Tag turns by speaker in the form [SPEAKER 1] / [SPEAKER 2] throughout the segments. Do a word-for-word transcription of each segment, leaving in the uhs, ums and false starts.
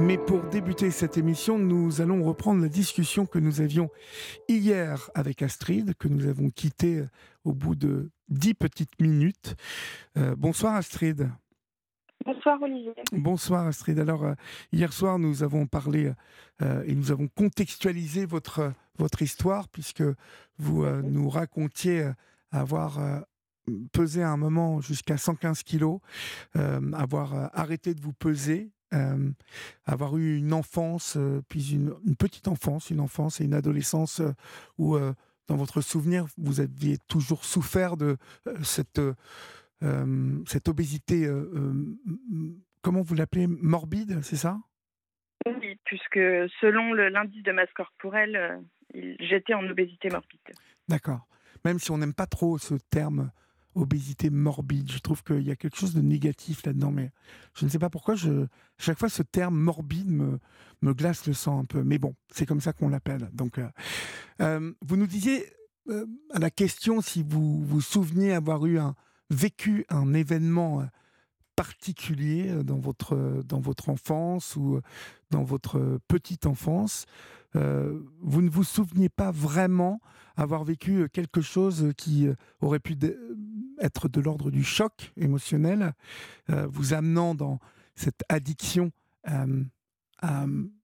[SPEAKER 1] Mais pour débuter cette émission, nous allons reprendre la discussion que nous avions hier avec Astrid, que nous avons quittée au bout de dix petites minutes. Euh, bonsoir Astrid.
[SPEAKER 2] Bonsoir Olivier.
[SPEAKER 1] Bonsoir Astrid. Alors, euh, hier soir, nous avons parlé euh, et nous avons contextualisé votre, votre histoire, puisque vous euh, nous racontiez euh, avoir euh, pesé à un moment jusqu'à cent quinze kilos, euh, avoir euh, arrêté de vous peser, euh, avoir eu une enfance, euh, puis une, une petite enfance, une enfance et une adolescence euh, où, euh, dans votre souvenir, vous aviez toujours souffert de euh, cette... Euh, Euh, cette obésité, euh, euh, comment vous l'appelez, morbide, c'est ça?
[SPEAKER 2] Oui, puisque selon le, l'indice de masse corporelle, euh, il- j'étais en obésité morbide.
[SPEAKER 1] D'accord. Même si on n'aime pas trop ce terme obésité morbide, je trouve qu'il y a quelque chose de négatif là-dedans, mais je ne sais pas pourquoi, je, chaque fois ce terme morbide me, me glace le sang un peu. Mais bon, c'est comme ça qu'on l'appelle. Donc, euh, euh, vous nous disiez, euh, à la question si vous vous souveniez avoir eu un, vécu un événement euh, particulier euh, dans votre, euh, dans votre enfance ou euh, dans votre euh, petite enfance, euh, vous ne vous souveniez pas vraiment avoir vécu euh, quelque chose qui euh, aurait pu de- être de l'ordre du choc émotionnel, euh, vous amenant dans cette addiction euh, à,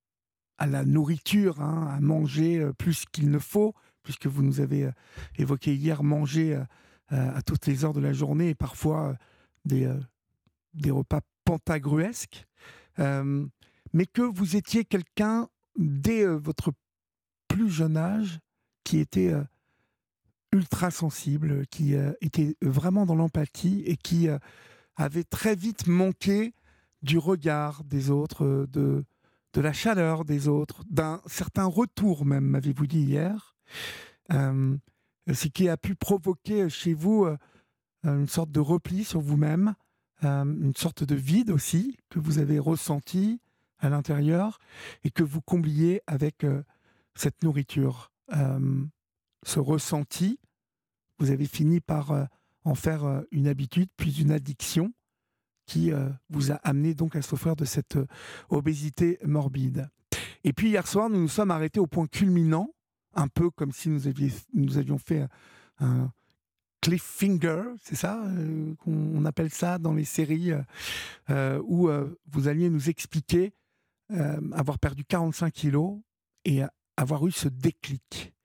[SPEAKER 1] à la nourriture, hein, à manger euh, plus qu'il ne faut, puisque vous nous avez euh, évoqué hier manger euh, euh, à toutes les heures de la journée et parfois euh, des, euh, des repas pantagruesques, euh, mais que vous étiez quelqu'un, dès euh, votre plus jeune âge, qui était euh, ultra sensible, qui euh, était vraiment dans l'empathie et qui euh, avait très vite manqué du regard des autres, euh, de, de la chaleur des autres, d'un certain retour même, m'avez-vous dit hier, euh, ce qui a pu provoquer chez vous euh, une sorte de repli sur vous-même, euh, une sorte de vide aussi que vous avez ressenti à l'intérieur et que vous combliez avec euh, cette nourriture. Euh, ce ressenti, vous avez fini par euh, en faire euh, une habitude, puis une addiction qui euh, vous a amené donc à souffrir de cette euh, obésité morbide. Et puis hier soir, nous nous sommes arrêtés au point culminant, un peu comme si nous, aviez, nous avions fait un cliffhanger, c'est ça euh, qu'on on appelle ça dans les séries, euh, euh, où euh, vous alliez nous expliquer euh, avoir perdu quarante-cinq kilos et euh, avoir eu ce déclic.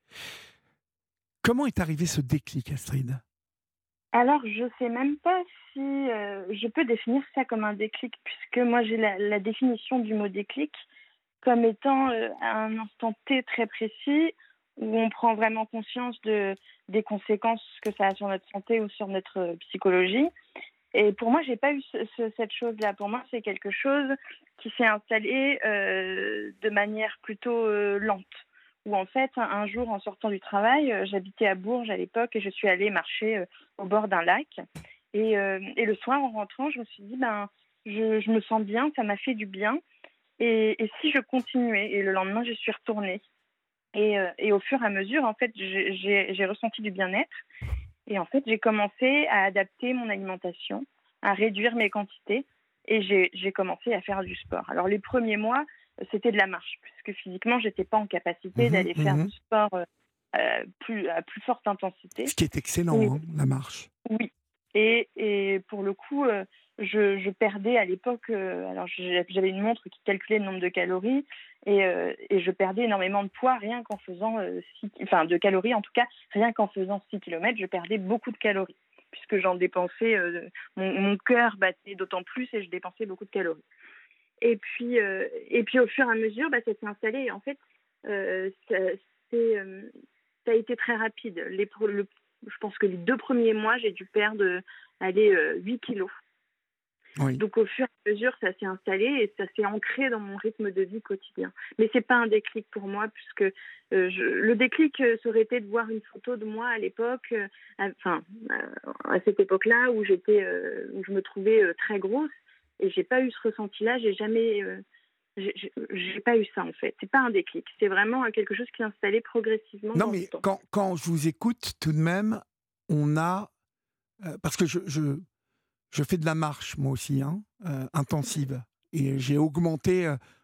[SPEAKER 1] Comment est arrivé ce déclic, Astrid?
[SPEAKER 2] Alors, je ne sais même pas si euh, je peux définir ça comme un déclic, puisque moi j'ai la, la définition du mot déclic comme étant euh, à un instant T très précis où on prend vraiment conscience de, des conséquences que ça a sur notre santé ou sur notre euh, psychologie. Et pour moi, j'ai pas eu ce, ce- cette chose-là. Pour moi, c'est quelque chose qui s'est installé euh, de manière plutôt euh, lente. Où en fait, un, un jour, en sortant du travail, euh, j'habitais à Bourges à l'époque et je suis allée marcher euh, au bord d'un lac. Et, euh, et le soir, en rentrant, je me suis dit, ben, je, je me sens bien, ça m'a fait du bien. Et, et si je continuais? Et le lendemain, je suis retournée. Et, euh, et au fur et à mesure, en fait, j'ai j'ai- j'ai ressenti du bien-être. Et en fait, j'ai commencé à adapter mon alimentation, à réduire mes quantités et j'ai j'ai commencé à faire du sport. Alors les premiers mois, euh, c'était de la marche, puisque physiquement, j'étais pas en capacité
[SPEAKER 1] Mhm,
[SPEAKER 2] d'aller faire
[SPEAKER 1] mhm.
[SPEAKER 2] du sport euh, euh, plus, à plus forte intensité.
[SPEAKER 1] Ce qui est excellent,
[SPEAKER 2] Et
[SPEAKER 1] hein, la marche.
[SPEAKER 2] oui, et, et pour le coup, euh, je, je perdais à l'époque, euh, alors j'ai- j'avais une montre qui calculait le nombre de calories et, euh, et je perdais énormément de poids rien qu'en faisant, euh, six, enfin de calories en tout cas, rien qu'en faisant six kilomètres, je perdais beaucoup de calories puisque j'en dépensais, euh, mon, mon cœur battait d'autant plus et je dépensais beaucoup de calories. Et puis, euh, et puis au fur et à mesure, bah, ça s'est installé. Et en fait, euh, ça, c'est, euh, ça a été très rapide. Les, pro- le, je pense que les deux premiers mois, j'ai dû perdre euh, allez, euh, huit kilos.
[SPEAKER 1] Oui.
[SPEAKER 2] Donc au fur et à mesure, ça s'est installé et ça s'est ancré dans mon rythme de vie quotidien. Mais c'est pas un déclic pour moi, puisque euh, je, le déclic, euh, ça aurait été de voir une photo de moi à l'époque, euh, à- enfin euh, à cette époque-là où j'étais, euh, où je me trouvais euh, très grosse et j'ai pas eu ce ressenti-là. J'ai jamais, euh, j'ai j'ai- j'ai pas eu ça en fait. C'est pas un déclic. C'est vraiment euh, quelque chose qui s'est installé progressivement
[SPEAKER 1] Non,
[SPEAKER 2] dans le
[SPEAKER 1] mais
[SPEAKER 2] temps.
[SPEAKER 1] quand, quand je vous écoute, tout de même, on a... euh, parce que je, je, je fais de la marche, moi aussi, hein, euh, intensive. Et j'ai augmenté euh,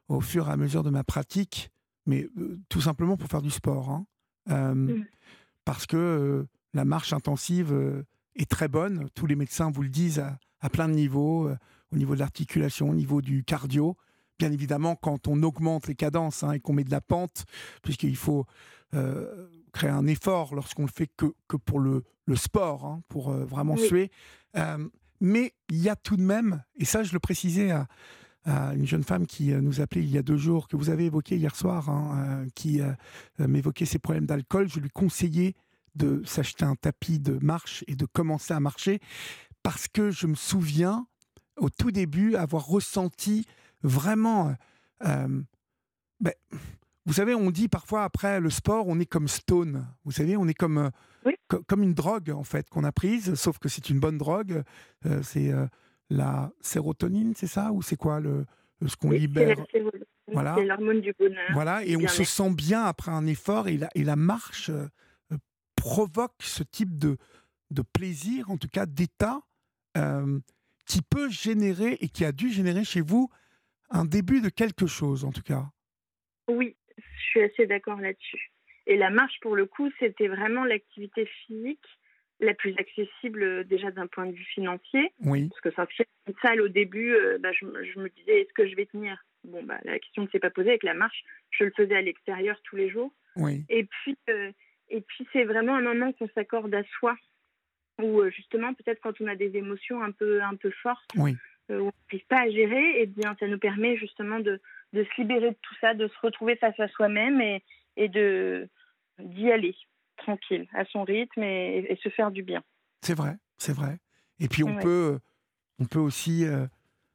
[SPEAKER 1] au fur et à mesure de ma pratique, mais euh, tout simplement pour faire du sport. Hein. Euh,
[SPEAKER 2] Mmh.
[SPEAKER 1] parce que euh, la marche intensive euh, est très bonne. Tous les médecins vous le disent à, à plein de niveaux, euh, au niveau de l'articulation, au niveau du cardio. Bien évidemment, quand on augmente les cadences hein, et qu'on met de la pente, puisqu'il faut euh, créer un effort lorsqu'on le fait que, que pour le, le sport, hein, pour euh, vraiment
[SPEAKER 2] Oui,
[SPEAKER 1] suer. Euh, mais il y a tout de même, et ça je le précisais à, à une jeune femme qui euh, nous appelait il y a deux jours, que vous avez évoqué hier soir, hein, euh, qui euh, euh, m'évoquait ses problèmes d'alcool, je lui conseillais de s'acheter un tapis de marche et de commencer à marcher parce que je me souviens au tout début avoir ressenti vraiment... euh, ben, vous savez, on dit parfois après le sport, on est comme stone. Vous savez, on est comme, euh,
[SPEAKER 2] oui,
[SPEAKER 1] co- comme une drogue en fait qu'on a prise, sauf que c'est une bonne drogue. Euh, c'est euh, la sérotonine, c'est ça? Ou c'est quoi le, ce qu'on
[SPEAKER 2] oui, c'est la
[SPEAKER 1] libère?
[SPEAKER 2] séro oui, c'est
[SPEAKER 1] Voilà,
[SPEAKER 2] l'hormone du bonheur,
[SPEAKER 1] voilà.
[SPEAKER 2] du
[SPEAKER 1] Et on se
[SPEAKER 2] bien-être.
[SPEAKER 1] sent bien après un effort et la, et la marche euh, euh, provoque ce type de, de plaisir, en tout cas d'état, euh, qui peut générer et qui a dû générer chez vous un début de quelque chose, en tout cas.
[SPEAKER 2] Oui, je suis assez d'accord là-dessus. Et la marche, pour le coup, c'était vraiment l'activité physique la plus accessible euh, déjà d'un point de vue financier.
[SPEAKER 1] Oui,
[SPEAKER 2] Parce que s'inscrire à une salle au début, euh, bah, je, me- je me disais, est-ce que je vais tenir? Bon, bah, la question ne s'est pas posée avec la marche. Je le faisais à l'extérieur tous les jours.
[SPEAKER 1] oui,
[SPEAKER 2] Et puis, euh, et puis c'est vraiment un moment qu'on s'accorde à soi, où euh, justement, peut-être quand on a des émotions un peu, un peu fortes,
[SPEAKER 1] oui.
[SPEAKER 2] euh, où on n'arrive pas à gérer, et bien, ça nous permet justement de, de se libérer de tout ça, de se retrouver face à soi-même et, et de d'y aller tranquille, à son rythme et, et se faire du bien.
[SPEAKER 1] C'est vrai, c'est vrai. Et puis on
[SPEAKER 2] Ouais.
[SPEAKER 1] peut, on peut aussi euh,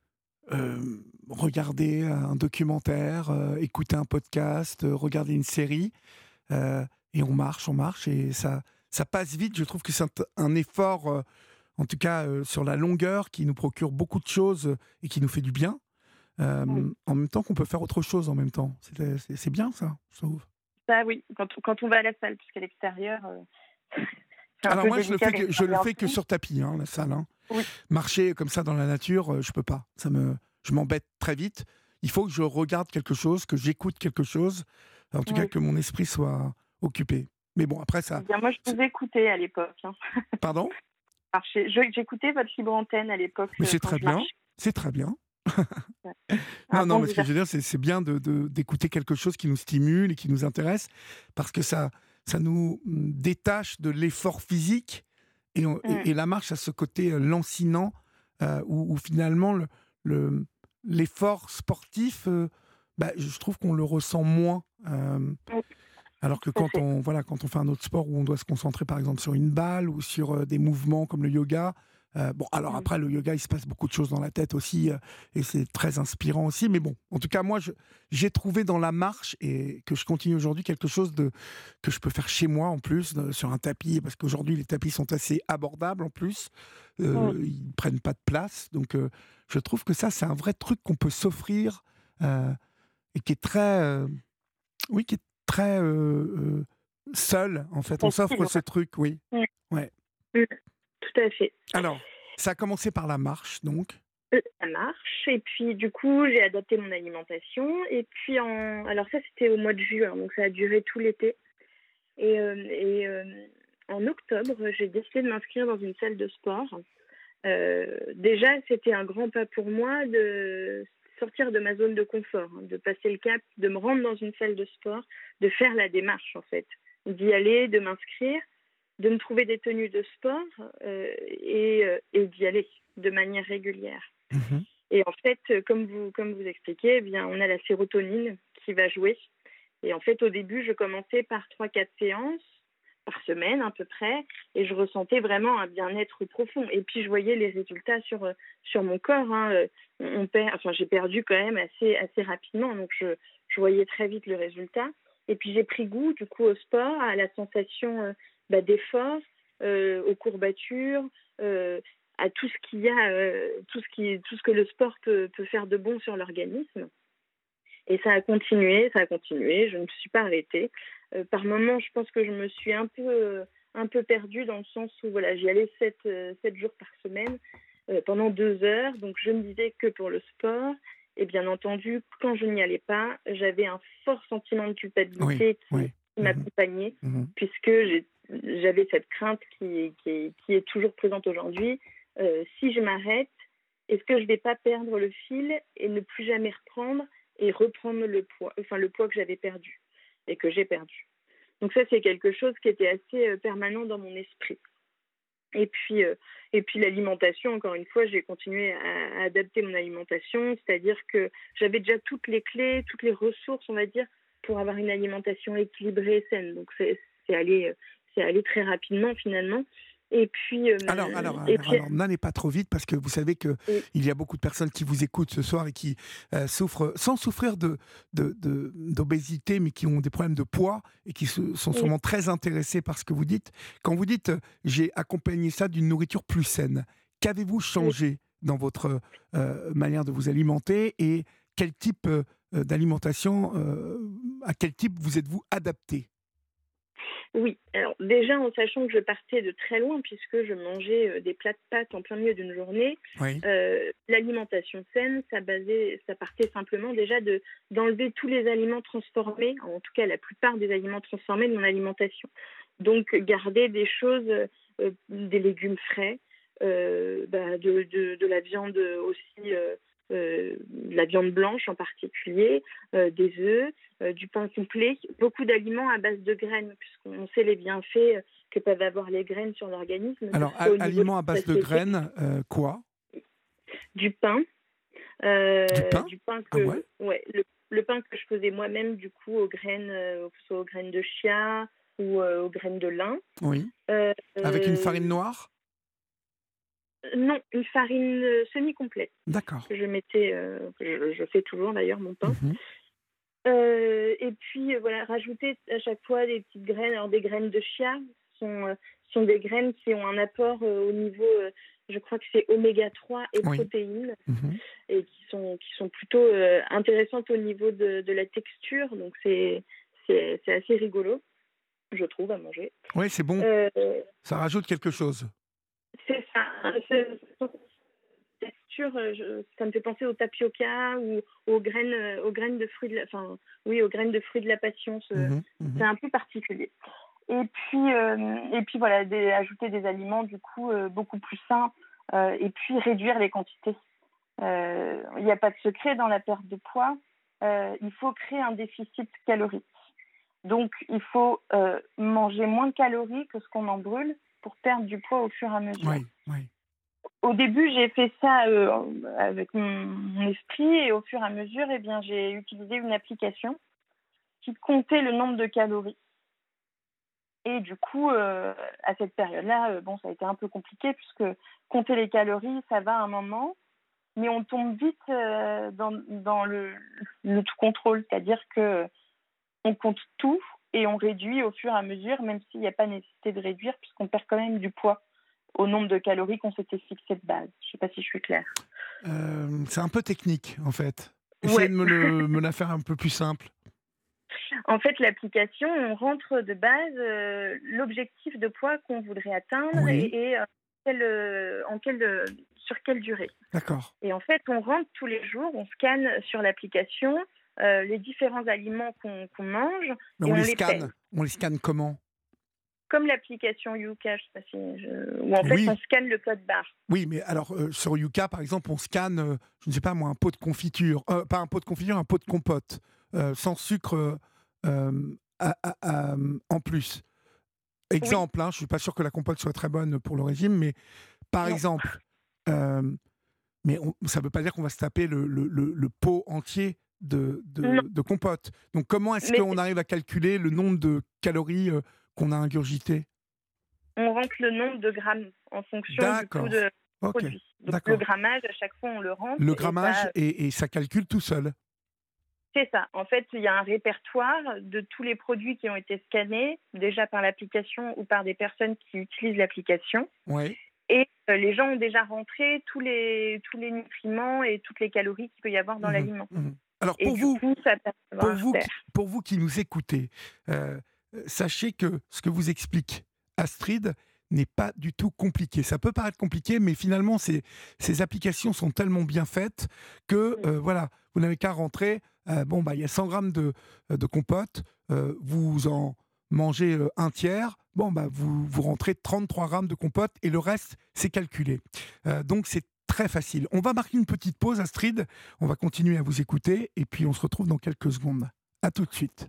[SPEAKER 1] euh, regarder un documentaire, euh, écouter un podcast, euh, regarder une série, euh, et on marche, on marche, et ça, ça passe vite. Je trouve que c'est un, un effort, euh, en tout cas euh, sur la longueur, qui nous procure beaucoup de choses euh, et qui nous fait du bien.
[SPEAKER 2] Oui.
[SPEAKER 1] Euh, en même temps qu'on peut faire autre chose en même temps. C'est c'est- c'est bien ça, je trouve.
[SPEAKER 2] Ça, oui, quand, quand on va à la salle, puisqu'à l'extérieur, euh, c'est un
[SPEAKER 1] Alors
[SPEAKER 2] peu
[SPEAKER 1] moi, je le
[SPEAKER 2] délicat
[SPEAKER 1] fais
[SPEAKER 2] de
[SPEAKER 1] que, je le
[SPEAKER 2] regarder
[SPEAKER 1] fais que
[SPEAKER 2] tout.
[SPEAKER 1] sur tapis, hein, la salle. Hein.
[SPEAKER 2] Oui,
[SPEAKER 1] Marcher comme ça dans la nature, euh, je peux pas. Ça me, je m'embête très vite. Il faut que je regarde quelque chose, que j'écoute quelque chose, en tout cas
[SPEAKER 2] oui.
[SPEAKER 1] que mon esprit soit occupé. Mais bon, après
[SPEAKER 2] Eh
[SPEAKER 1] ça...
[SPEAKER 2] bien, moi, je
[SPEAKER 1] c'est-
[SPEAKER 2] vous écoutais à l'époque. Hein.
[SPEAKER 1] Pardon?
[SPEAKER 2] Marcher. Je- J'écoutais votre libre antenne à l'époque
[SPEAKER 1] Mais
[SPEAKER 2] euh,
[SPEAKER 1] c'est
[SPEAKER 2] quand
[SPEAKER 1] très
[SPEAKER 2] je
[SPEAKER 1] bien,
[SPEAKER 2] marchais.
[SPEAKER 1] c'est très bien.
[SPEAKER 2] Ouais. Un
[SPEAKER 1] Non, non,
[SPEAKER 2] bon
[SPEAKER 1] mais ce que je veux dire,
[SPEAKER 2] divertissement.
[SPEAKER 1] c'est c'est bien de, de- d'écouter quelque chose qui nous stimule et qui nous intéresse, parce que ça, ça nous mm, détache de l'effort physique, et, on-
[SPEAKER 2] Mm.
[SPEAKER 1] et- et la marche a ce côté euh, lancinant, euh, où, où finalement le, le- l'effort sportif, euh, bah, je trouve qu'on le ressent moins. euh,
[SPEAKER 2] Oui,
[SPEAKER 1] alors que
[SPEAKER 2] tout à
[SPEAKER 1] quand
[SPEAKER 2] fait.
[SPEAKER 1] on, voilà, quand on fait un autre sport où on doit se concentrer par exemple sur une balle ou sur euh, des mouvements comme le yoga, euh, bon, alors
[SPEAKER 2] Mm.
[SPEAKER 1] après le yoga, il se passe beaucoup de choses dans la tête aussi, euh, et c'est très inspirant aussi, mais bon, en tout cas moi je- j'ai trouvé dans la marche, et que je continue aujourd'hui, quelque chose de, que je peux faire chez moi en plus, de- sur un tapis, parce qu'aujourd'hui les tapis sont assez abordables en plus,
[SPEAKER 2] Oui,
[SPEAKER 1] euh, ils prennent pas de place, donc euh, je trouve que ça c'est un vrai truc qu'on peut s'offrir, euh, et qui est très... euh, oui, qui est très euh, euh, seul, en fait. On
[SPEAKER 2] facile,
[SPEAKER 1] s'offre ce
[SPEAKER 2] ouais.
[SPEAKER 1] truc, oui.
[SPEAKER 2] Mm.
[SPEAKER 1] Ouais.
[SPEAKER 2] Mm. Tout à fait.
[SPEAKER 1] Alors, ça a commencé par la marche, donc.
[SPEAKER 2] Euh, Ça marche. Et puis, du coup, j'ai adapté mon alimentation. Et puis, en... alors ça, c'était au mois de juin, donc ça a duré tout l'été. Et, euh, et euh, en octobre, j'ai décidé de m'inscrire dans une salle de sport. Euh, déjà, c'était un grand pas pour moi de sortir de ma zone de confort, hein, de passer le cap, de me rendre dans une salle de sport, de faire la démarche, en fait, d'y aller, de m'inscrire, de me trouver des tenues de sport euh, et, euh, et d'y aller de manière régulière.
[SPEAKER 1] Mhm.
[SPEAKER 2] Et en fait, euh, comme vous, comme vous expliquez, eh bien, on a la sérotonine qui va jouer. Et en fait, au début, je commençais par trois quatre séances par semaine à peu près, et je ressentais vraiment un bien-être profond. Et puis, je voyais les résultats sur, euh, sur mon corps. Hein. Euh, On perd, enfin, j'ai perdu quand même assez, assez rapidement, donc je, je voyais très vite le résultat. Et puis, j'ai pris goût, du coup, au sport, à la sensation euh, bah, d'effort, euh, aux courbatures, euh, à tout ce qu'il y a, euh, tout ce qui, tout ce que le sport peut, peut faire de bon sur l'organisme. Et ça a continué, ça a continué. Je ne me suis pas arrêtée. Euh, par moments, je pense que je me suis un peu, euh, un peu perdue dans le sens où voilà, j'y allais sept, euh, sept jours par semaine euh, pendant deux heures. Donc, je ne disais que pour le sport. Et bien entendu, quand je n'y allais pas, j'avais un fort sentiment de culpabilité
[SPEAKER 1] oui, oui.
[SPEAKER 2] qui, qui
[SPEAKER 1] Mhm.
[SPEAKER 2] m'accompagnait,
[SPEAKER 1] Mhm.
[SPEAKER 2] puisque j'ai- j'avais cette crainte qui, qui, qui est toujours présente aujourd'hui. Euh, si je m'arrête, est-ce que je ne vais pas perdre le fil et ne plus jamais reprendre et reprendre le poids, enfin le poids que j'avais perdu et que j'ai perdu. Donc ça, c'est quelque chose qui était assez euh, permanent dans mon esprit. Et puis, euh, et puis l'alimentation, encore une fois, j'ai continué à, à adapter mon alimentation, c'est-à-dire que j'avais déjà toutes les clés, toutes les ressources, on va dire, pour avoir une alimentation équilibrée et saine. Donc c'est, c'est allé, euh, c'est allé très rapidement finalement. Et puis, euh,
[SPEAKER 1] Alors, alors,
[SPEAKER 2] et
[SPEAKER 1] alors,
[SPEAKER 2] puis,
[SPEAKER 1] alors, n'allez pas trop vite parce que vous savez qu'il
[SPEAKER 2] oui,
[SPEAKER 1] y a beaucoup de personnes qui vous écoutent ce soir et qui euh, souffrent, sans souffrir de, de, de- d'obésité, mais qui ont des problèmes de poids et qui se- sont
[SPEAKER 2] oui,
[SPEAKER 1] sûrement très intéressés par ce que vous dites. Quand vous dites euh, j'ai accompagné ça d'une nourriture plus saine, qu'avez-vous
[SPEAKER 2] oui.
[SPEAKER 1] changé dans votre euh, manière de vous alimenter et quel type euh, d'alimentation, euh, à quel type vous êtes-vous adapté?
[SPEAKER 2] Oui, alors déjà en sachant que je partais de très loin puisque je mangeais euh, des plats de pâtes en plein milieu d'une journée,
[SPEAKER 1] Oui,
[SPEAKER 2] euh, l'alimentation saine, ça, basait, ça partait simplement déjà de, d'enlever tous les aliments transformés, en tout cas la plupart des aliments transformés de mon alimentation. Donc garder des choses, euh, des légumes frais, euh, bah, de, de, de la viande aussi, euh, euh, de la viande blanche en particulier, euh, des œufs, euh, du pain complet, beaucoup d'aliments à base de graines, puisqu'on sait les bienfaits que peuvent avoir les graines sur l'organisme, que
[SPEAKER 1] alors
[SPEAKER 2] ce
[SPEAKER 1] a-
[SPEAKER 2] soit au niveau de
[SPEAKER 1] aliments à
[SPEAKER 2] la
[SPEAKER 1] base de
[SPEAKER 2] satiété,
[SPEAKER 1] graines, euh, quoi?
[SPEAKER 2] du pain,
[SPEAKER 1] Du
[SPEAKER 2] euh,
[SPEAKER 1] pain?
[SPEAKER 2] du pain
[SPEAKER 1] Ah ouais?
[SPEAKER 2] que, ouais, le, le pain que je faisais moi-même, du coup, aux graines, euh, que ce soit aux graines de chia ou euh, aux graines de lin.
[SPEAKER 1] Oui.
[SPEAKER 2] Euh,
[SPEAKER 1] Avec une farine
[SPEAKER 2] euh,
[SPEAKER 1] noire?
[SPEAKER 2] non, une farine euh, semi-complète
[SPEAKER 1] D'accord.
[SPEAKER 2] que je mettais, euh, que je, je fais toujours d'ailleurs mon pain.
[SPEAKER 1] Mhm.
[SPEAKER 2] Euh, et puis euh, voilà, rajouter à chaque fois des petites graines. Alors des graines de chia sont, euh, sont des graines qui ont un apport euh, au niveau, euh, je crois que c'est oméga trois et
[SPEAKER 1] Oui.
[SPEAKER 2] protéines,
[SPEAKER 1] Mhm.
[SPEAKER 2] et qui sont, qui sont plutôt euh, intéressantes au niveau de, de la texture. Donc c'est, c'est, c'est assez rigolo, je trouve, à manger.
[SPEAKER 1] Oui, c'est bon.
[SPEAKER 2] Euh,
[SPEAKER 1] Ça rajoute quelque chose.
[SPEAKER 2] c'est ça. C'est, texture, euh, je- ça me fait penser au tapioca ou aux graines, euh, aux graines de fruits de la, enfin, oui, aux graines de fruits de la passion. ce-
[SPEAKER 1] Mhm.
[SPEAKER 2] C'est
[SPEAKER 1] Mhm.
[SPEAKER 2] un peu particulier. Et puis, euh, et puis voilà, des- ajouter des aliments du coup euh, beaucoup plus sains, euh, et puis réduire les quantités. Euh, Il n'y a pas de secret dans la perte de poids. Euh, il faut créer un déficit calorique. Donc, il faut euh, manger moins de calories que ce qu'on en brûle pour perdre du poids au fur et à mesure.
[SPEAKER 1] Oui, oui.
[SPEAKER 2] Au début, j'ai fait ça euh, avec mon, mon esprit, et au fur et à mesure, eh bien, j'ai utilisé une application qui comptait le nombre de calories. Et du coup, euh, à cette période-là, euh, bon, ça a été un peu compliqué puisque compter les calories, ça va à un moment, mais on tombe vite euh, dans, dans le, le tout contrôle, c'est-à-dire que on compte tout et on réduit au fur et à mesure, même s'il n'y a pas nécessité de réduire, puisqu'on perd quand même du poids au nombre de calories qu'on s'était fixé de base. Je ne sais pas si je suis claire.
[SPEAKER 1] Euh, c'est un peu technique, en fait. Essayez
[SPEAKER 2] Ouais.
[SPEAKER 1] de me, le, me la faire un peu plus simple.
[SPEAKER 2] En fait, l'application, on rentre de base euh, l'objectif de poids qu'on voudrait atteindre et,
[SPEAKER 1] Oui,
[SPEAKER 2] et euh, quel, euh, en quelle, euh, sur quelle durée.
[SPEAKER 1] d'accord.
[SPEAKER 2] Et en fait, on rentre tous les jours, on scanne sur l'application euh, les différents aliments qu'on qu'on mange
[SPEAKER 1] Mais
[SPEAKER 2] et
[SPEAKER 1] on
[SPEAKER 2] on
[SPEAKER 1] les
[SPEAKER 2] les pèse.
[SPEAKER 1] scanne. On les scanne comment?
[SPEAKER 2] Comme l'application Yuka, je sais pas si je- où en fait
[SPEAKER 1] Oui,
[SPEAKER 2] on scanne le code barre.
[SPEAKER 1] oui, mais alors euh, sur Yuka, par exemple, on scanne, euh, je ne sais pas moi, un pot de confiture, euh, pas un pot de confiture, un pot de compote, euh, sans sucre euh, euh, à- à- à- en plus.
[SPEAKER 2] Oui,
[SPEAKER 1] Exemple, hein, je suis pas sûr que la compote soit très bonne pour le régime, mais par
[SPEAKER 2] non,
[SPEAKER 1] exemple, euh, mais on- ça ne veut pas dire qu'on va se taper le, le- le- le pot entier de,
[SPEAKER 2] non.
[SPEAKER 1] de- de compote. Donc comment est-ce
[SPEAKER 2] Mais
[SPEAKER 1] qu'on arrive à calculer le nombre de calories euh, qu'on a ingurgité?
[SPEAKER 2] on rentre le nombre de grammes en fonction du coup
[SPEAKER 1] D'accord.
[SPEAKER 2] de
[SPEAKER 1] Ok.
[SPEAKER 2] produit. Donc le
[SPEAKER 1] D'accord.
[SPEAKER 2] grammage, à chaque fois on le rentre
[SPEAKER 1] Le
[SPEAKER 2] et
[SPEAKER 1] grammage
[SPEAKER 2] ça,
[SPEAKER 1] et, et ça calcule tout seul.
[SPEAKER 2] c'est ça. En fait, il y a un répertoire de tous les produits qui ont été scannés, déjà par l'application ou par des personnes qui utilisent l'application.
[SPEAKER 1] Oui.
[SPEAKER 2] Et euh, les gens ont déjà rentré tous les, tous les nutriments et toutes les calories qu'il peut y avoir dans
[SPEAKER 1] Mhm,
[SPEAKER 2] l'aliment.
[SPEAKER 1] mhm. Alors
[SPEAKER 2] Et
[SPEAKER 1] pour
[SPEAKER 2] du
[SPEAKER 1] vous,
[SPEAKER 2] coup, ça permet d'avoir
[SPEAKER 1] pour
[SPEAKER 2] un
[SPEAKER 1] vous,
[SPEAKER 2] repère.
[SPEAKER 1] qui, pour vous qui nous écoutez, euh, euh, sachez que ce que vous explique Astrid n'est pas du tout compliqué. Ça peut paraître compliqué, mais finalement, ces, ces applications sont tellement bien faites que,
[SPEAKER 2] Mm.
[SPEAKER 1] euh, voilà, vous n'avez qu'à rentrer. Euh, bon, bah, il y a cent grammes de, de compote, euh, vous en mangez euh, un tiers. Bon, bah, vous, vous rentrez trente-trois grammes de compote et le reste, c'est calculé. Euh, donc, c'est très facile. On va marquer une petite pause, Astrid. On va continuer à vous écouter et puis on se retrouve dans quelques secondes. À tout de suite.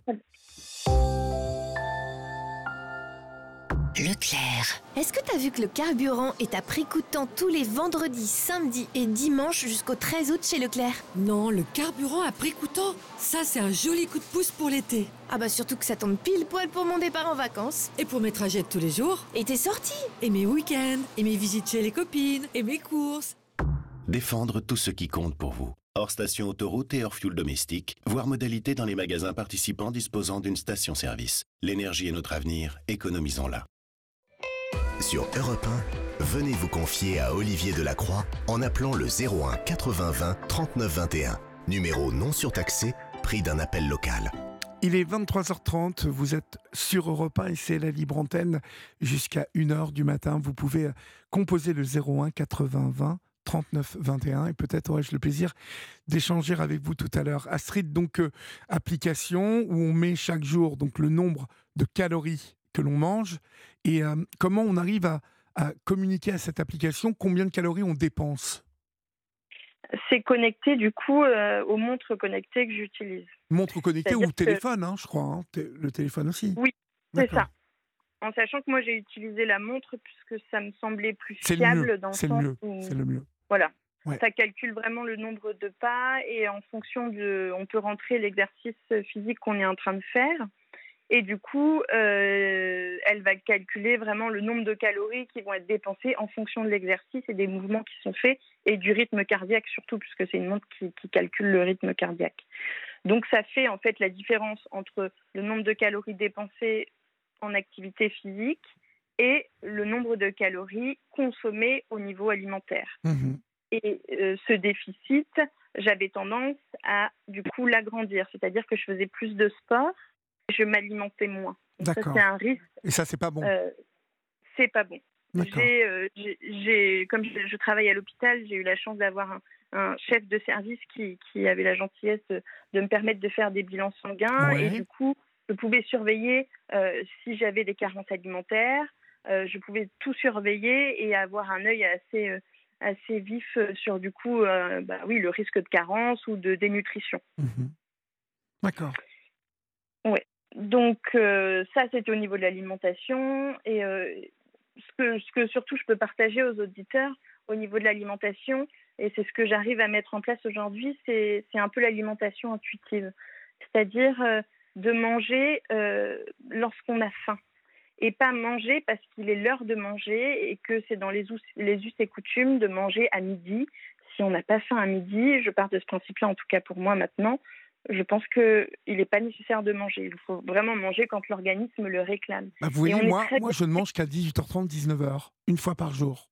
[SPEAKER 3] Leclerc. Est-ce que t'as vu que le carburant est à prix coûtant tous les vendredis, samedis et dimanches jusqu'au treize août chez Leclerc?
[SPEAKER 4] Non, le carburant à prix coûtant, ça c'est un joli coup de pouce pour l'été.
[SPEAKER 3] Ah bah surtout que ça tombe pile poil pour mon départ en vacances.
[SPEAKER 4] Et pour mes trajets de tous les jours.
[SPEAKER 3] Et tes sorties.
[SPEAKER 4] Et mes week-ends. Et mes visites chez les copines. Et mes courses.
[SPEAKER 5] Défendre tout ce qui compte pour vous. Hors station autoroute et hors fuel domestique, voire modalité dans les magasins participants disposant d'une station-service. L'énergie est notre avenir, économisons-la.
[SPEAKER 6] Sur Europe un, venez vous confier à Olivier Delacroix en appelant le zéro un quatre-vingts vingt trente-neuf vingt et un. Numéro non surtaxé, prix d'un appel local.
[SPEAKER 1] Il est vingt-trois heures trente, vous êtes sur Europe un et c'est la libre antenne jusqu'à une heure du matin. Vous pouvez composer le zéro un quatre-vingts vingt trente-neuf vingt et un et peut-être aurai-je le plaisir d'échanger avec vous tout à l'heure. Astrid, donc euh, application où on met chaque jour donc le nombre de calories que l'on mange et euh, comment on arrive à, à communiquer à cette application combien de calories on dépense.
[SPEAKER 2] C'est connecté du coup euh, aux montres connectées que j'utilise.
[SPEAKER 1] Montre connectée
[SPEAKER 2] C'est-à-dire
[SPEAKER 1] ou
[SPEAKER 2] que-
[SPEAKER 1] téléphone, hein, je crois. Hein, té- le téléphone aussi.
[SPEAKER 2] Oui, c'est
[SPEAKER 1] D'accord.
[SPEAKER 2] ça. En sachant que moi j'ai utilisé la montre puisque ça me semblait plus
[SPEAKER 1] C'est le
[SPEAKER 2] fiable
[SPEAKER 1] mieux.
[SPEAKER 2] dans le
[SPEAKER 1] C'est le
[SPEAKER 2] sens
[SPEAKER 1] mieux.
[SPEAKER 2] où
[SPEAKER 1] C'est le mieux.
[SPEAKER 2] voilà,
[SPEAKER 1] Ouais.
[SPEAKER 2] ça calcule vraiment le nombre de pas et en fonction de, on peut rentrer l'exercice physique qu'on est en train de faire et du coup euh, elle va calculer vraiment le nombre de calories qui vont être dépensées en fonction de l'exercice et des mouvements qui sont faits et du rythme cardiaque surtout puisque c'est une montre qui, qui calcule le rythme cardiaque. Donc ça fait en fait la différence entre le nombre de calories dépensées en activité physique et le nombre de calories consommées au niveau alimentaire.
[SPEAKER 1] Mhm.
[SPEAKER 2] Et euh, ce déficit, j'avais tendance à du coup l'agrandir, c'est-à-dire que je faisais plus de sport, je m'alimentais moins. Donc ça
[SPEAKER 1] D'accord.
[SPEAKER 2] c'est un risque,
[SPEAKER 1] Et ça, c'est pas bon.
[SPEAKER 2] euh, c'est pas bon.
[SPEAKER 1] D'accord.
[SPEAKER 2] J'ai, euh, j'ai, j'ai- comme je, je travaille à l'hôpital, j'ai eu la chance d'avoir un, un chef de service qui, qui avait la gentillesse de, de me permettre de faire des bilans sanguins
[SPEAKER 1] Ouais.
[SPEAKER 2] et du coup, je pouvais surveiller euh, si j'avais des carences alimentaires, euh, je pouvais tout surveiller et avoir un œil assez, euh, assez vif euh, sur du coup, euh, bah oui, le risque de carence ou de dénutrition.
[SPEAKER 1] Mhm. D'accord.
[SPEAKER 2] Ouais. Donc euh, ça, c'était au niveau de l'alimentation. Et euh, ce, que, ce que surtout je peux partager aux auditeurs au niveau de l'alimentation, et c'est ce que j'arrive à mettre en place aujourd'hui, c'est, c'est un peu l'alimentation intuitive. C'est-à-dire euh, de manger euh, lorsqu'on a faim. Et pas manger parce qu'il est l'heure de manger et que c'est dans les us, les us et coutumes de manger à midi. Si on n'a pas faim à midi, je pars de ce principe-là, en tout cas pour moi maintenant, je pense qu'il n'est pas nécessaire de manger. Il faut vraiment manger quand l'organisme le réclame.
[SPEAKER 1] Bah, vous
[SPEAKER 2] Et
[SPEAKER 1] voyez,
[SPEAKER 2] on est
[SPEAKER 1] moi,
[SPEAKER 2] très
[SPEAKER 1] moi je ne mange qu'à dix-huit heures trente, dix-neuf heures, une fois par jour.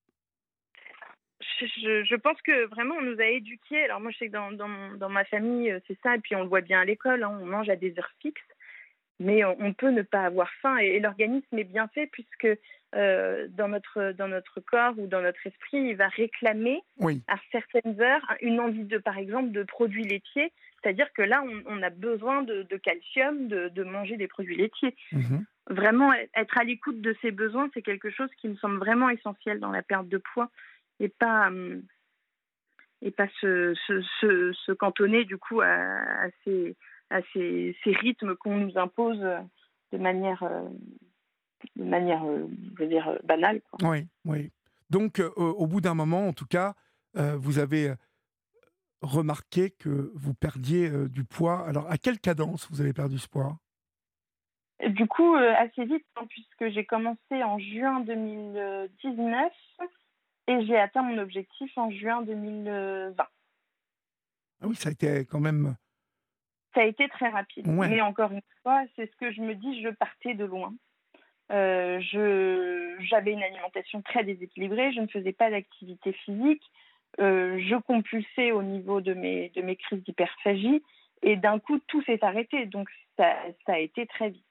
[SPEAKER 2] Je, je, je pense que vraiment on nous a éduqués. Alors moi je sais que dans, dans, dans ma famille c'est ça, et puis on le voit bien à l'école, hein, on mange à des heures fixes, mais on, on peut ne pas avoir faim et, et l'organisme est bien fait puisque euh, dans, notre, dans notre corps ou dans notre esprit, il va réclamer
[SPEAKER 1] Oui.
[SPEAKER 2] à certaines heures une envie de, par exemple, de produits laitiers. C'est-à-dire que là, on, on a besoin de, de calcium, de, de manger des produits laitiers.
[SPEAKER 1] Mhm.
[SPEAKER 2] Vraiment, être à l'écoute de ses besoins, c'est quelque chose qui me semble vraiment essentiel dans la perte de poids et pas, euh, et pas se, se, se, se cantonner du coup à, à, ces, à ces, ces rythmes qu'on nous impose de manière, euh, de manière euh, je veux dire, banale, quoi.
[SPEAKER 1] Oui, oui. Donc, euh, au bout d'un moment, en tout cas, euh, vous avez remarqué que vous perdiez euh, du poids. Alors, à quelle cadence vous avez perdu ce poids ?
[SPEAKER 2] Du coup, euh, assez vite, hein, puisque j'ai commencé en juin deux mille dix-neuf et j'ai atteint mon objectif en juin deux mille vingt.
[SPEAKER 1] Ah oui, ça a été quand même...
[SPEAKER 2] Ça a été très rapide.
[SPEAKER 1] Ouais.
[SPEAKER 2] Mais encore une fois, c'est ce que je me dis, je partais de loin. Euh, je, j'avais une alimentation très déséquilibrée, je ne faisais pas d'activité physique, euh, je compulsais au niveau de mes, de mes crises d'hyperphagie et d'un coup, tout s'est arrêté. Donc, ça, ça a été très vite.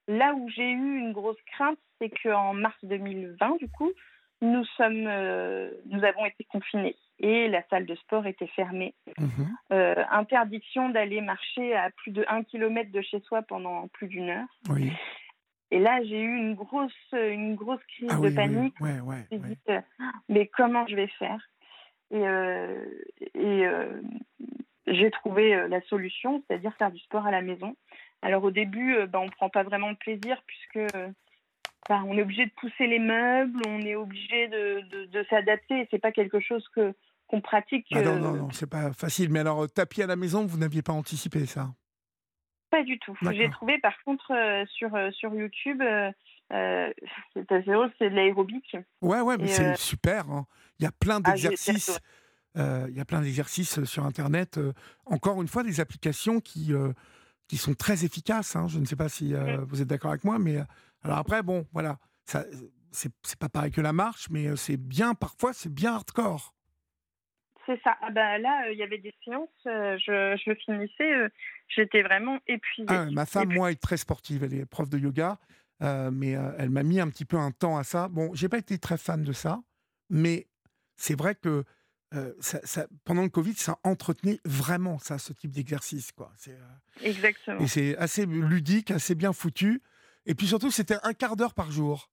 [SPEAKER 2] Là où j'ai eu une grosse crainte, c'est qu'en mars deux mille vingt, du coup, nous sommes, euh, nous avons été confinés et la salle de sport était fermée.
[SPEAKER 1] Mmh.
[SPEAKER 2] Euh, interdiction d'aller marcher à plus de un kilomètre de chez soi pendant plus d'une heure.
[SPEAKER 1] Oui.
[SPEAKER 2] Et là, j'ai eu une grosse, une grosse crise
[SPEAKER 1] Ah
[SPEAKER 2] de
[SPEAKER 1] oui,
[SPEAKER 2] panique.
[SPEAKER 1] oui, ouais, ouais,
[SPEAKER 2] Je me suis
[SPEAKER 1] ouais.
[SPEAKER 2] dit, euh, mais comment je vais faire? Et, euh, et euh, j'ai trouvé euh, la solution, c'est-à-dire faire du sport à la maison. Alors au début, euh, ben, on ne prend pas vraiment de plaisir puisque euh, ben, on est obligé de pousser les meubles, on est obligé de, de, de s'adapter. Et c'est pas quelque chose que qu'on pratique.
[SPEAKER 1] Bah non, non,
[SPEAKER 2] Euh,
[SPEAKER 1] non, c'est pas facile. Mais alors, euh, tapis à la maison, vous n'aviez pas anticipé ça?
[SPEAKER 2] Pas du tout. J'ai
[SPEAKER 1] D'accord.
[SPEAKER 2] trouvé par contre euh, sur, euh, sur YouTube, euh, euh, c'est assez drôle, c'est de l'aérobic.
[SPEAKER 1] Ouais, ouais, mais
[SPEAKER 2] Et
[SPEAKER 1] c'est
[SPEAKER 2] euh,
[SPEAKER 1] super, hein. Il y a plein
[SPEAKER 2] ah, j'ai j'ai
[SPEAKER 1] d'exercices.
[SPEAKER 2] adoré.
[SPEAKER 1] euh, il y a plein d'exercices euh, sur Internet. euh, encore une fois, des applications qui, euh, qui sont très efficaces, hein. Je ne sais pas si
[SPEAKER 2] Mm.
[SPEAKER 1] euh, vous êtes d'accord avec moi, mais euh, alors après, bon, voilà, ça, c'est c'est pas pareil que la marche, mais euh, c'est bien, parfois, c'est bien hardcore.
[SPEAKER 2] C'est ça. Ah bah là, euh, il y avait des séances, euh, je, je le finissais, euh, j'étais vraiment épuisée.
[SPEAKER 1] Ah, ouais, ma
[SPEAKER 2] Et
[SPEAKER 1] femme,
[SPEAKER 2] puis,
[SPEAKER 1] moi, est très sportive. Elle est prof de yoga, euh, mais euh, elle m'a mis un petit peu un temps à ça. Bon, j'ai pas été très fan de ça, mais c'est vrai que euh, ça, ça- pendant le Covid, ça entretenait vraiment ça, ce type d'exercice, quoi. C'est, euh, et
[SPEAKER 2] exactement.
[SPEAKER 1] c'est assez ludique, assez bien foutu. Et puis surtout, c'était un quart d'heure par jour.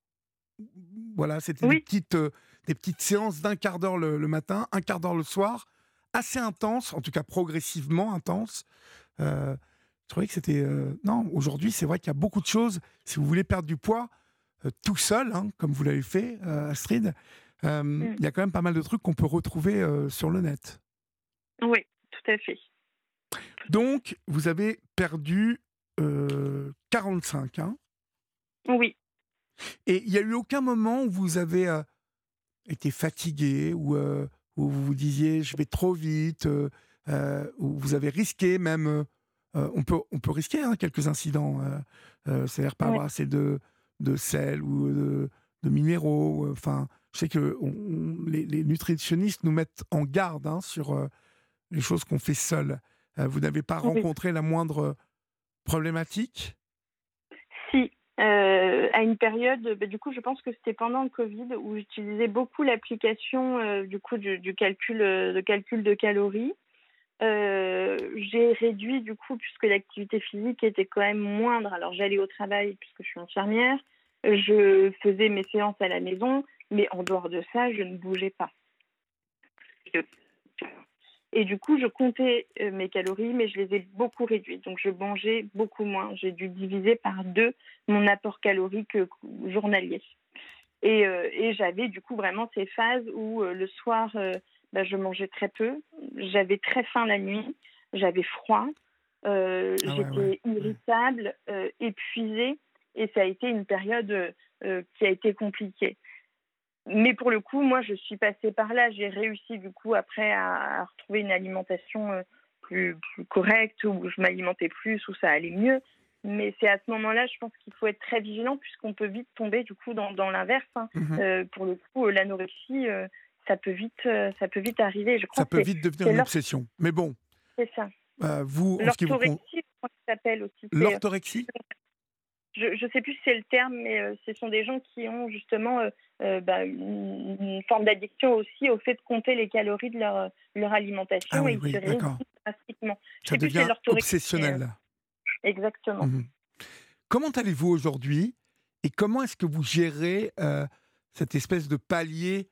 [SPEAKER 1] Voilà, c'était des
[SPEAKER 2] Oui,
[SPEAKER 1] petites, euh, des petites séances d'un quart d'heure le, le matin, un quart d'heure le soir, assez intense, en tout cas progressivement intense. Euh, je trouvais que c'était... euh, non, aujourd'hui, c'est vrai qu'il y a beaucoup de choses. Si vous voulez perdre du poids, euh, tout seul, hein, comme vous l'avez fait, euh, Astrid, euh,
[SPEAKER 2] mm,
[SPEAKER 1] il y a quand même pas mal de trucs qu'on peut retrouver euh, sur le net.
[SPEAKER 2] oui, tout à fait.
[SPEAKER 1] Donc, vous avez perdu euh, quarante-cinq, hein,
[SPEAKER 2] Oui.
[SPEAKER 1] et il n'y a eu aucun moment où vous avez euh, été fatigué, ou euh, où vous vous disiez je vais trop vite, euh, euh, où vous avez risqué même, euh, euh, on, peut, on peut risquer hein, quelques incidents, euh, euh, c'est-à-dire pas
[SPEAKER 2] Oui.
[SPEAKER 1] avoir assez de, de sel ou de, de minéraux. euh, Enfin, je sais que on- on- les, les nutritionnistes nous mettent en garde hein, sur euh, les choses qu'on fait seul. Euh, vous n'avez pas
[SPEAKER 2] Oui.
[SPEAKER 1] rencontré la moindre problématique?
[SPEAKER 2] Si, euh, à une période, bah, du coup, je pense que c'était pendant le Covid où j'utilisais beaucoup l'application euh, du coup du, du calcul, euh, de calcul de calories. Euh, j'ai réduit du coup puisque l'activité physique était quand même moindre. Alors j'allais au travail puisque je suis infirmière, je faisais mes séances à la maison, mais en dehors de ça, je ne bougeais pas. Et du coup, je comptais euh, mes calories, mais je les ai beaucoup réduites. Donc, je mangeais beaucoup moins. J'ai dû diviser par deux mon apport calorique euh, journalier. Et, euh, et j'avais du coup vraiment ces phases où euh, le soir, euh, bah, je mangeais très peu. J'avais très faim la nuit. J'avais froid. Euh,
[SPEAKER 1] Ah ouais, ouais,
[SPEAKER 2] j'étais
[SPEAKER 1] ouais.
[SPEAKER 2] irritable, euh, épuisée. Et ça a été une période euh, euh, qui a été compliquée. Mais pour le coup, moi, je suis passée par là. J'ai réussi, du coup, après, à, à retrouver une alimentation euh, plus, plus correcte, où je m'alimentais plus, où ça allait mieux. Mais c'est à ce moment-là, je pense qu'il faut être très vigilant, puisqu'on peut vite tomber, du coup, dans, dans l'inverse. hein.
[SPEAKER 1] Mhm.
[SPEAKER 2] Euh, pour le coup, euh, l'anorexie, euh, ça peut vite, euh, ça peut vite arriver. Je
[SPEAKER 1] Ça
[SPEAKER 2] crois que
[SPEAKER 1] peut
[SPEAKER 2] c'est,
[SPEAKER 1] vite devenir
[SPEAKER 2] c'est,
[SPEAKER 1] une
[SPEAKER 2] l'or-
[SPEAKER 1] obsession. Mais bon,
[SPEAKER 2] c'est ça.
[SPEAKER 1] euh, vous, en ce qui vous concerne,
[SPEAKER 2] L'orthorexie, je crois que ça s'appelle aussi. C'est,
[SPEAKER 1] l'orthorexie?
[SPEAKER 2] je ne sais plus si c'est le terme, mais euh, ce sont des gens qui ont justement euh, euh, bah, une, une forme d'addiction aussi au fait de compter les calories de leur, leur alimentation
[SPEAKER 1] Ah
[SPEAKER 2] et
[SPEAKER 1] oui,
[SPEAKER 2] ils se
[SPEAKER 1] oui, d'accord.
[SPEAKER 2] réduisent drastiquement. Je
[SPEAKER 1] Ça
[SPEAKER 2] ne sais plus si c'est
[SPEAKER 1] devient
[SPEAKER 2] l'orthorexie, mais, euh,
[SPEAKER 1] obsessionnel.
[SPEAKER 2] exactement.
[SPEAKER 1] Mhm. Comment allez-vous aujourd'hui, et comment est-ce que vous gérez euh, cette espèce de palier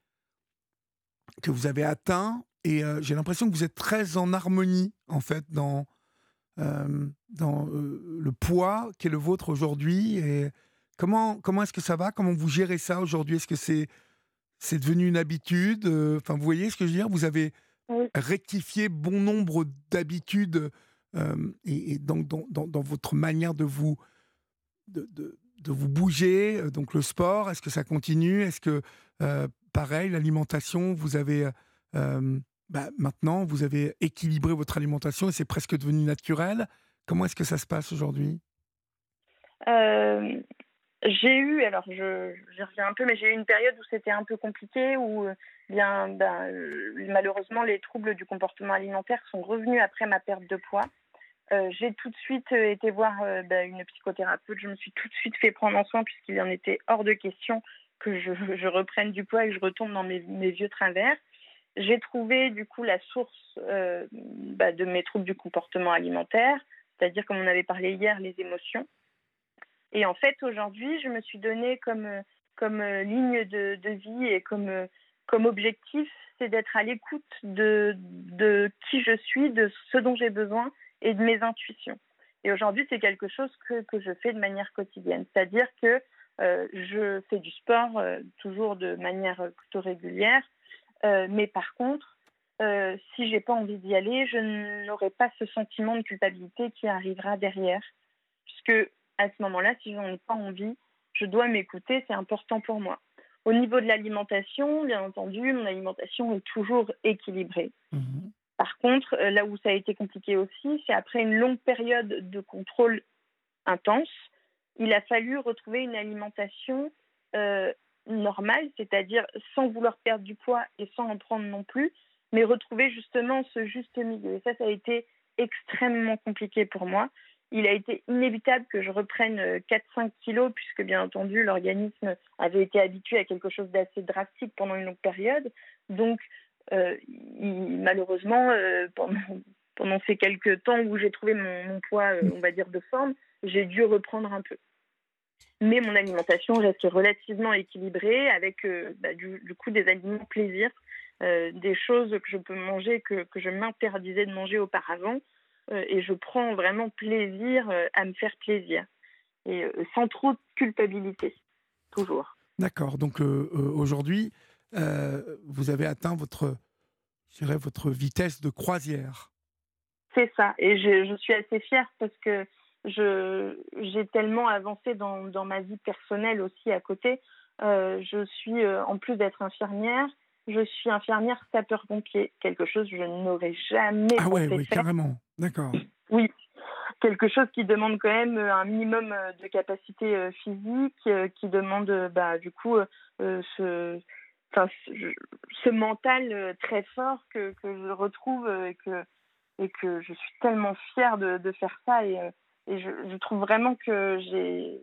[SPEAKER 1] que vous avez atteint? Et euh, j'ai l'impression que vous êtes très en harmonie, en fait, dans, euh, dans euh, le poids qui est le vôtre aujourd'hui. Et comment, comment est-ce que ça va? Comment vous gérez ça aujourd'hui? Est-ce que c'est, c'est devenu une habitude? Euh, Enfin, vous voyez ce que je veux dire? Vous avez
[SPEAKER 2] Oui,
[SPEAKER 1] rectifié bon nombre d'habitudes euh, et, et donc dans, dans, dans votre manière de vous de, de, de vous bouger, euh, donc le sport, est-ce que ça continue? Est-ce que, euh, pareil, l'alimentation, vous avez, euh, bah, maintenant, vous avez équilibré votre alimentation et c'est presque devenu naturel? Comment est-ce que ça se passe aujourd'hui?
[SPEAKER 2] Euh, j'ai eu, alors je, j'y reviens un peu, mais j'ai eu une période où c'était un peu compliqué, où euh, bien, ben, euh, malheureusement les troubles du comportement alimentaire sont revenus après ma perte de poids. Euh, j'ai tout de suite euh, été voir euh, bah, une psychothérapeute. Je me suis tout de suite fait prendre en soin puisqu'il en était hors de question que je, je reprenne du poids et que je retombe dans mes, mes vieux travers. J'ai trouvé du coup la source euh, bah, de mes troubles du comportement alimentaire, c'est-à-dire, comme on avait parlé hier, les émotions. Et en fait, aujourd'hui, je me suis donné comme, comme euh, ligne de, de vie et comme, euh, comme objectif, c'est d'être à l'écoute de, de qui je suis, de ce dont j'ai besoin et de mes intuitions. Et aujourd'hui, c'est quelque chose que, que je fais de manière quotidienne. C'est-à-dire que euh, je fais du sport euh, toujours de manière plutôt régulière. Euh, mais par contre, euh, si je n'ai pas envie d'y aller, je n'aurai pas ce sentiment de culpabilité qui arrivera derrière. Puisque à ce moment-là, si je n'en ai pas envie, je dois m'écouter, c'est important pour moi. Au niveau de l'alimentation, bien entendu, mon alimentation est toujours équilibrée. Mmh. Par contre, là où ça a été compliqué aussi, c'est après une longue période de contrôle intense, il a fallu retrouver une alimentation euh, normale, c'est-à-dire sans vouloir perdre du poids et sans en prendre non plus, mais retrouver justement ce juste milieu. Et ça, ça a été extrêmement compliqué pour moi. Il a été inévitable que je reprenne quatre à cinq kilos, puisque bien entendu, l'organisme avait été habitué à quelque chose d'assez drastique pendant une longue période. Donc, euh, il, malheureusement, euh, pendant, pendant ces quelques temps où j'ai trouvé mon, mon poids, euh, on va dire, de forme, j'ai dû reprendre un peu. Mais mon alimentation reste relativement équilibrée, avec euh, bah, du, du coup des aliments plaisir, euh, des choses que je peux manger, que, que je m'interdisais de manger auparavant. Et je prends vraiment plaisir à me faire plaisir, et sans trop de culpabilité, toujours.
[SPEAKER 1] D'accord, donc euh, euh, aujourd'hui, euh, vous avez atteint votre, je dirais, votre vitesse de croisière.
[SPEAKER 2] C'est ça, et je, je suis assez fière parce que je, j'ai tellement avancé dans, dans ma vie personnelle aussi à côté. Euh, je suis, euh, en plus d'être infirmière, je suis infirmière sapeur-pompier, quelque chose que je n'aurais jamais
[SPEAKER 1] ah
[SPEAKER 2] pensé
[SPEAKER 1] ouais, ouais,
[SPEAKER 2] faire.
[SPEAKER 1] Carrément, d'accord.
[SPEAKER 2] Oui, quelque chose qui demande quand même un minimum de capacité physique, qui demande bah, du coup euh, ce, enfin, ce, ce mental très fort que, que je retrouve et que, et que je suis tellement fière de, de faire ça. Et, et je, je trouve vraiment que j'ai...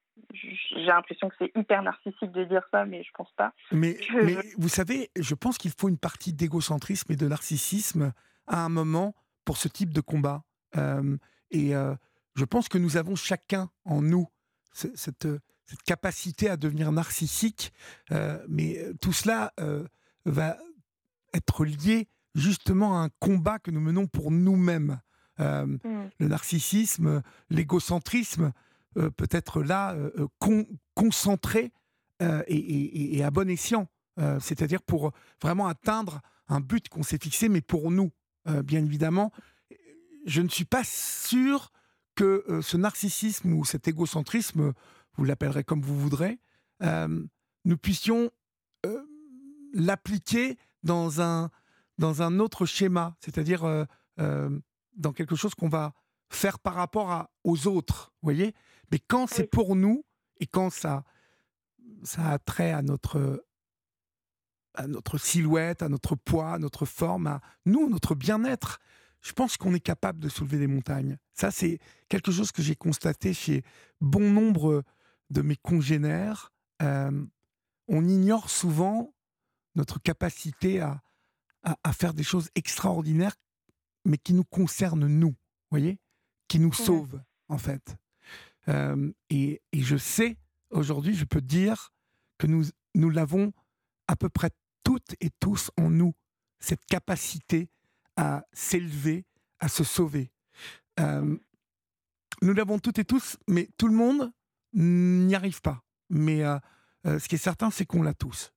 [SPEAKER 2] J'ai l'impression que c'est hyper narcissique de dire ça, mais je pense pas.
[SPEAKER 1] Mais,
[SPEAKER 2] je...
[SPEAKER 1] mais vous savez, je pense qu'il faut une partie d'égocentrisme et de narcissisme à un moment pour ce type de combat. Euh, et euh, je pense que nous avons chacun en nous ce, cette, cette capacité à devenir narcissique, euh, mais tout cela euh, va être lié justement à un combat que nous menons pour nous-mêmes. Euh, mmh. Le narcissisme, l'égocentrisme, Euh, peut-être là, euh, con, concentré euh, et, et, et à bon escient. Euh, c'est-à-dire pour vraiment atteindre un but qu'on s'est fixé, mais pour nous, euh, bien évidemment. Je ne suis pas sûr que euh, ce narcissisme ou cet égocentrisme, vous l'appellerez comme vous voudrez, euh, nous puissions euh, l'appliquer dans un, dans un autre schéma, c'est-à-dire euh, euh, dans quelque chose qu'on va faire par rapport à, aux autres, vous voyez. Mais quand c'est pour nous, et quand ça, ça a trait à notre, à notre silhouette, à notre poids, à notre forme, à nous, notre bien-être, je pense qu'on est capable de soulever des montagnes. Ça, c'est quelque chose que j'ai constaté chez bon nombre de mes congénères. Euh, on ignore souvent notre capacité à, à, à faire des choses extraordinaires, mais qui nous concernent nous, vous voyez, qui nous sauvent, en fait. Euh, et, et je sais, aujourd'hui, je peux dire que nous, nous l'avons à peu près toutes et tous en nous, cette capacité à s'élever, à se sauver. Euh, nous l'avons toutes et tous, mais tout le monde n'y arrive pas. Mais euh, euh, ce qui est certain, c'est qu'on l'a tous.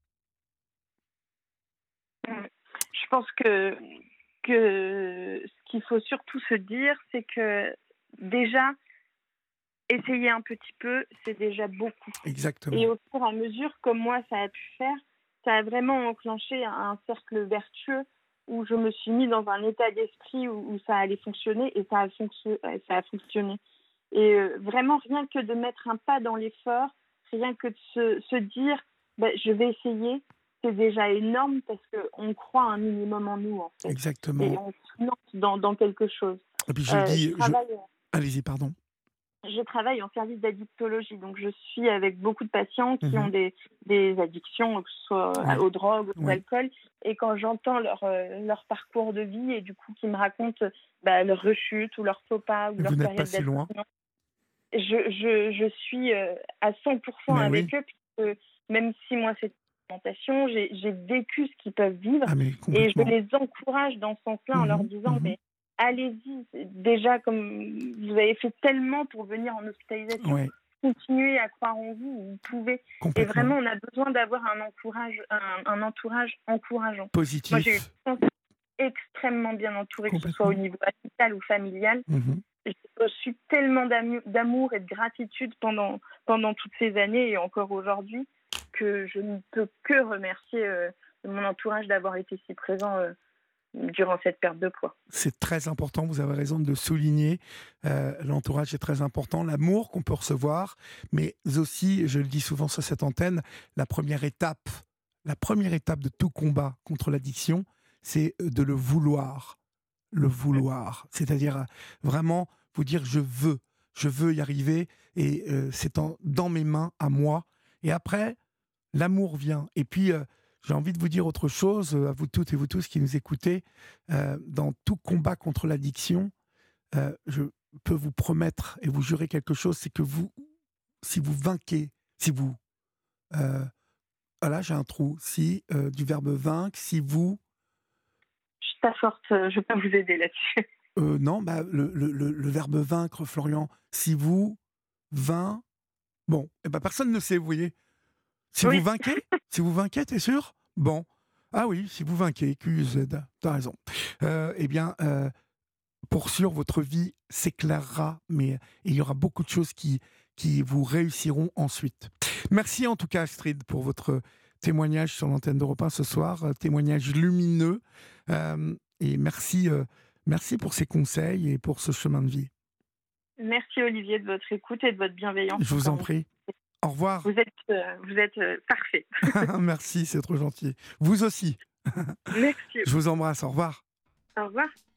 [SPEAKER 2] Je pense que, que ce qu'il faut surtout se dire, c'est que déjà, essayer un petit peu, c'est déjà beaucoup.
[SPEAKER 1] Exactement.
[SPEAKER 2] Et au fur et à mesure, comme moi, ça a pu faire, ça a vraiment enclenché un cercle vertueux où je me suis mis dans un état d'esprit où, où ça allait fonctionner et ça a, fonction, ça a fonctionné. Et euh, vraiment, rien que de mettre un pas dans l'effort, rien que de se, se dire bah, je vais essayer, c'est déjà énorme parce qu'on croit un minimum en nous, en fait.
[SPEAKER 1] Exactement.
[SPEAKER 2] Et on se lance dans, dans quelque chose.
[SPEAKER 1] Et puis je
[SPEAKER 2] Euh,
[SPEAKER 1] le dis,
[SPEAKER 2] je
[SPEAKER 1] je...
[SPEAKER 2] travaille,
[SPEAKER 1] allez-y, pardon.
[SPEAKER 2] je travaille en service d'addictologie, donc je suis avec beaucoup de patients qui
[SPEAKER 1] Mhm.
[SPEAKER 2] ont des, des addictions, que ce soit
[SPEAKER 1] Oui.
[SPEAKER 2] aux drogues, aux
[SPEAKER 1] Oui.
[SPEAKER 2] alcool, et quand j'entends leur, euh, leur parcours de vie et du coup qu'ils me racontent bah, leur rechute ou leur faux pas ou
[SPEAKER 1] Et
[SPEAKER 2] leur
[SPEAKER 1] vous n'êtes pas
[SPEAKER 2] période
[SPEAKER 1] si loin.
[SPEAKER 2] d'abstinence, je, je, je suis euh, à cent pour cent
[SPEAKER 1] Mais
[SPEAKER 2] avec
[SPEAKER 1] oui.
[SPEAKER 2] eux, puisque même si moi c'est une alimentation, j'ai, j'ai vécu ce qu'ils peuvent vivre.
[SPEAKER 1] Ah, mais
[SPEAKER 2] Et je
[SPEAKER 1] complètement.
[SPEAKER 2] les encourage dans ce sens-là en leur
[SPEAKER 1] Mhm,
[SPEAKER 2] disant,
[SPEAKER 1] mhm.
[SPEAKER 2] mais allez-y, déjà comme vous avez fait tellement pour venir en hospitalisation,
[SPEAKER 1] Ouais,
[SPEAKER 2] continuez à croire en vous, vous pouvez. Et
[SPEAKER 1] complètement.
[SPEAKER 2] vraiment, on a besoin d'avoir un, encourage, un, un entourage encourageant.
[SPEAKER 1] Positif.
[SPEAKER 2] Moi, j'ai eu une chance extrêmement bien entourée, que ce soit au
[SPEAKER 1] Complètement.
[SPEAKER 2] niveau amical ou familial.
[SPEAKER 1] Mhm.
[SPEAKER 2] J'ai reçu tellement d'amu- d'amour et de gratitude pendant, pendant toutes ces années et encore aujourd'hui que je ne peux que remercier euh, mon entourage d'avoir été si présent euh, durant cette perte de poids.
[SPEAKER 1] C'est très important, vous avez raison de le souligner. Euh, l'entourage est très important, l'amour qu'on peut recevoir, mais aussi, je le dis souvent sur cette antenne, la première étape, la première étape de tout combat contre l'addiction, c'est de le vouloir. Le vouloir. C'est-à-dire euh, vraiment vous dire je veux, je veux y arriver et euh, c'est en- dans mes mains à moi. Et après, l'amour vient. Et puis, euh, j'ai envie de vous dire autre chose, euh, à vous toutes et vous tous qui nous écoutez, euh, dans tout combat contre l'addiction, euh, je peux vous promettre et vous jurer quelque chose, c'est que vous, si vous vainquez, si vous... Euh, ah là, j'ai un trou. Si, euh, du verbe vaincre, si vous...
[SPEAKER 2] Je suis pas forte, euh, je peux vous aider là-dessus.
[SPEAKER 1] Euh, non, bah, le, le, le, le verbe vaincre, Florian, si vous... Vain... Bon, eh ben, personne ne sait, vous voyez. Si
[SPEAKER 2] Oui.
[SPEAKER 1] vous vainquez, si vous vainquez, t'es sûr? Bon. Ah oui, si vous vainquez, Q Z, t'as raison. Euh, eh bien, euh, pour sûr, votre vie s'éclairera, mais il y aura beaucoup de choses qui, qui vous réussiront ensuite. Merci en tout cas, Astrid, pour votre témoignage sur l'antenne d'Europe un ce soir, euh, témoignage lumineux. Euh, et merci, euh, merci pour ces conseils et pour ce chemin de vie.
[SPEAKER 2] Merci Olivier de votre écoute et de votre bienveillance.
[SPEAKER 1] Je vous en
[SPEAKER 2] Encore
[SPEAKER 1] prie. Au revoir.
[SPEAKER 2] Vous êtes, euh, vous êtes euh, parfait.
[SPEAKER 1] Merci, c'est trop gentil. Vous aussi.
[SPEAKER 2] Merci.
[SPEAKER 1] Je vous embrasse. Au revoir.
[SPEAKER 2] Au revoir.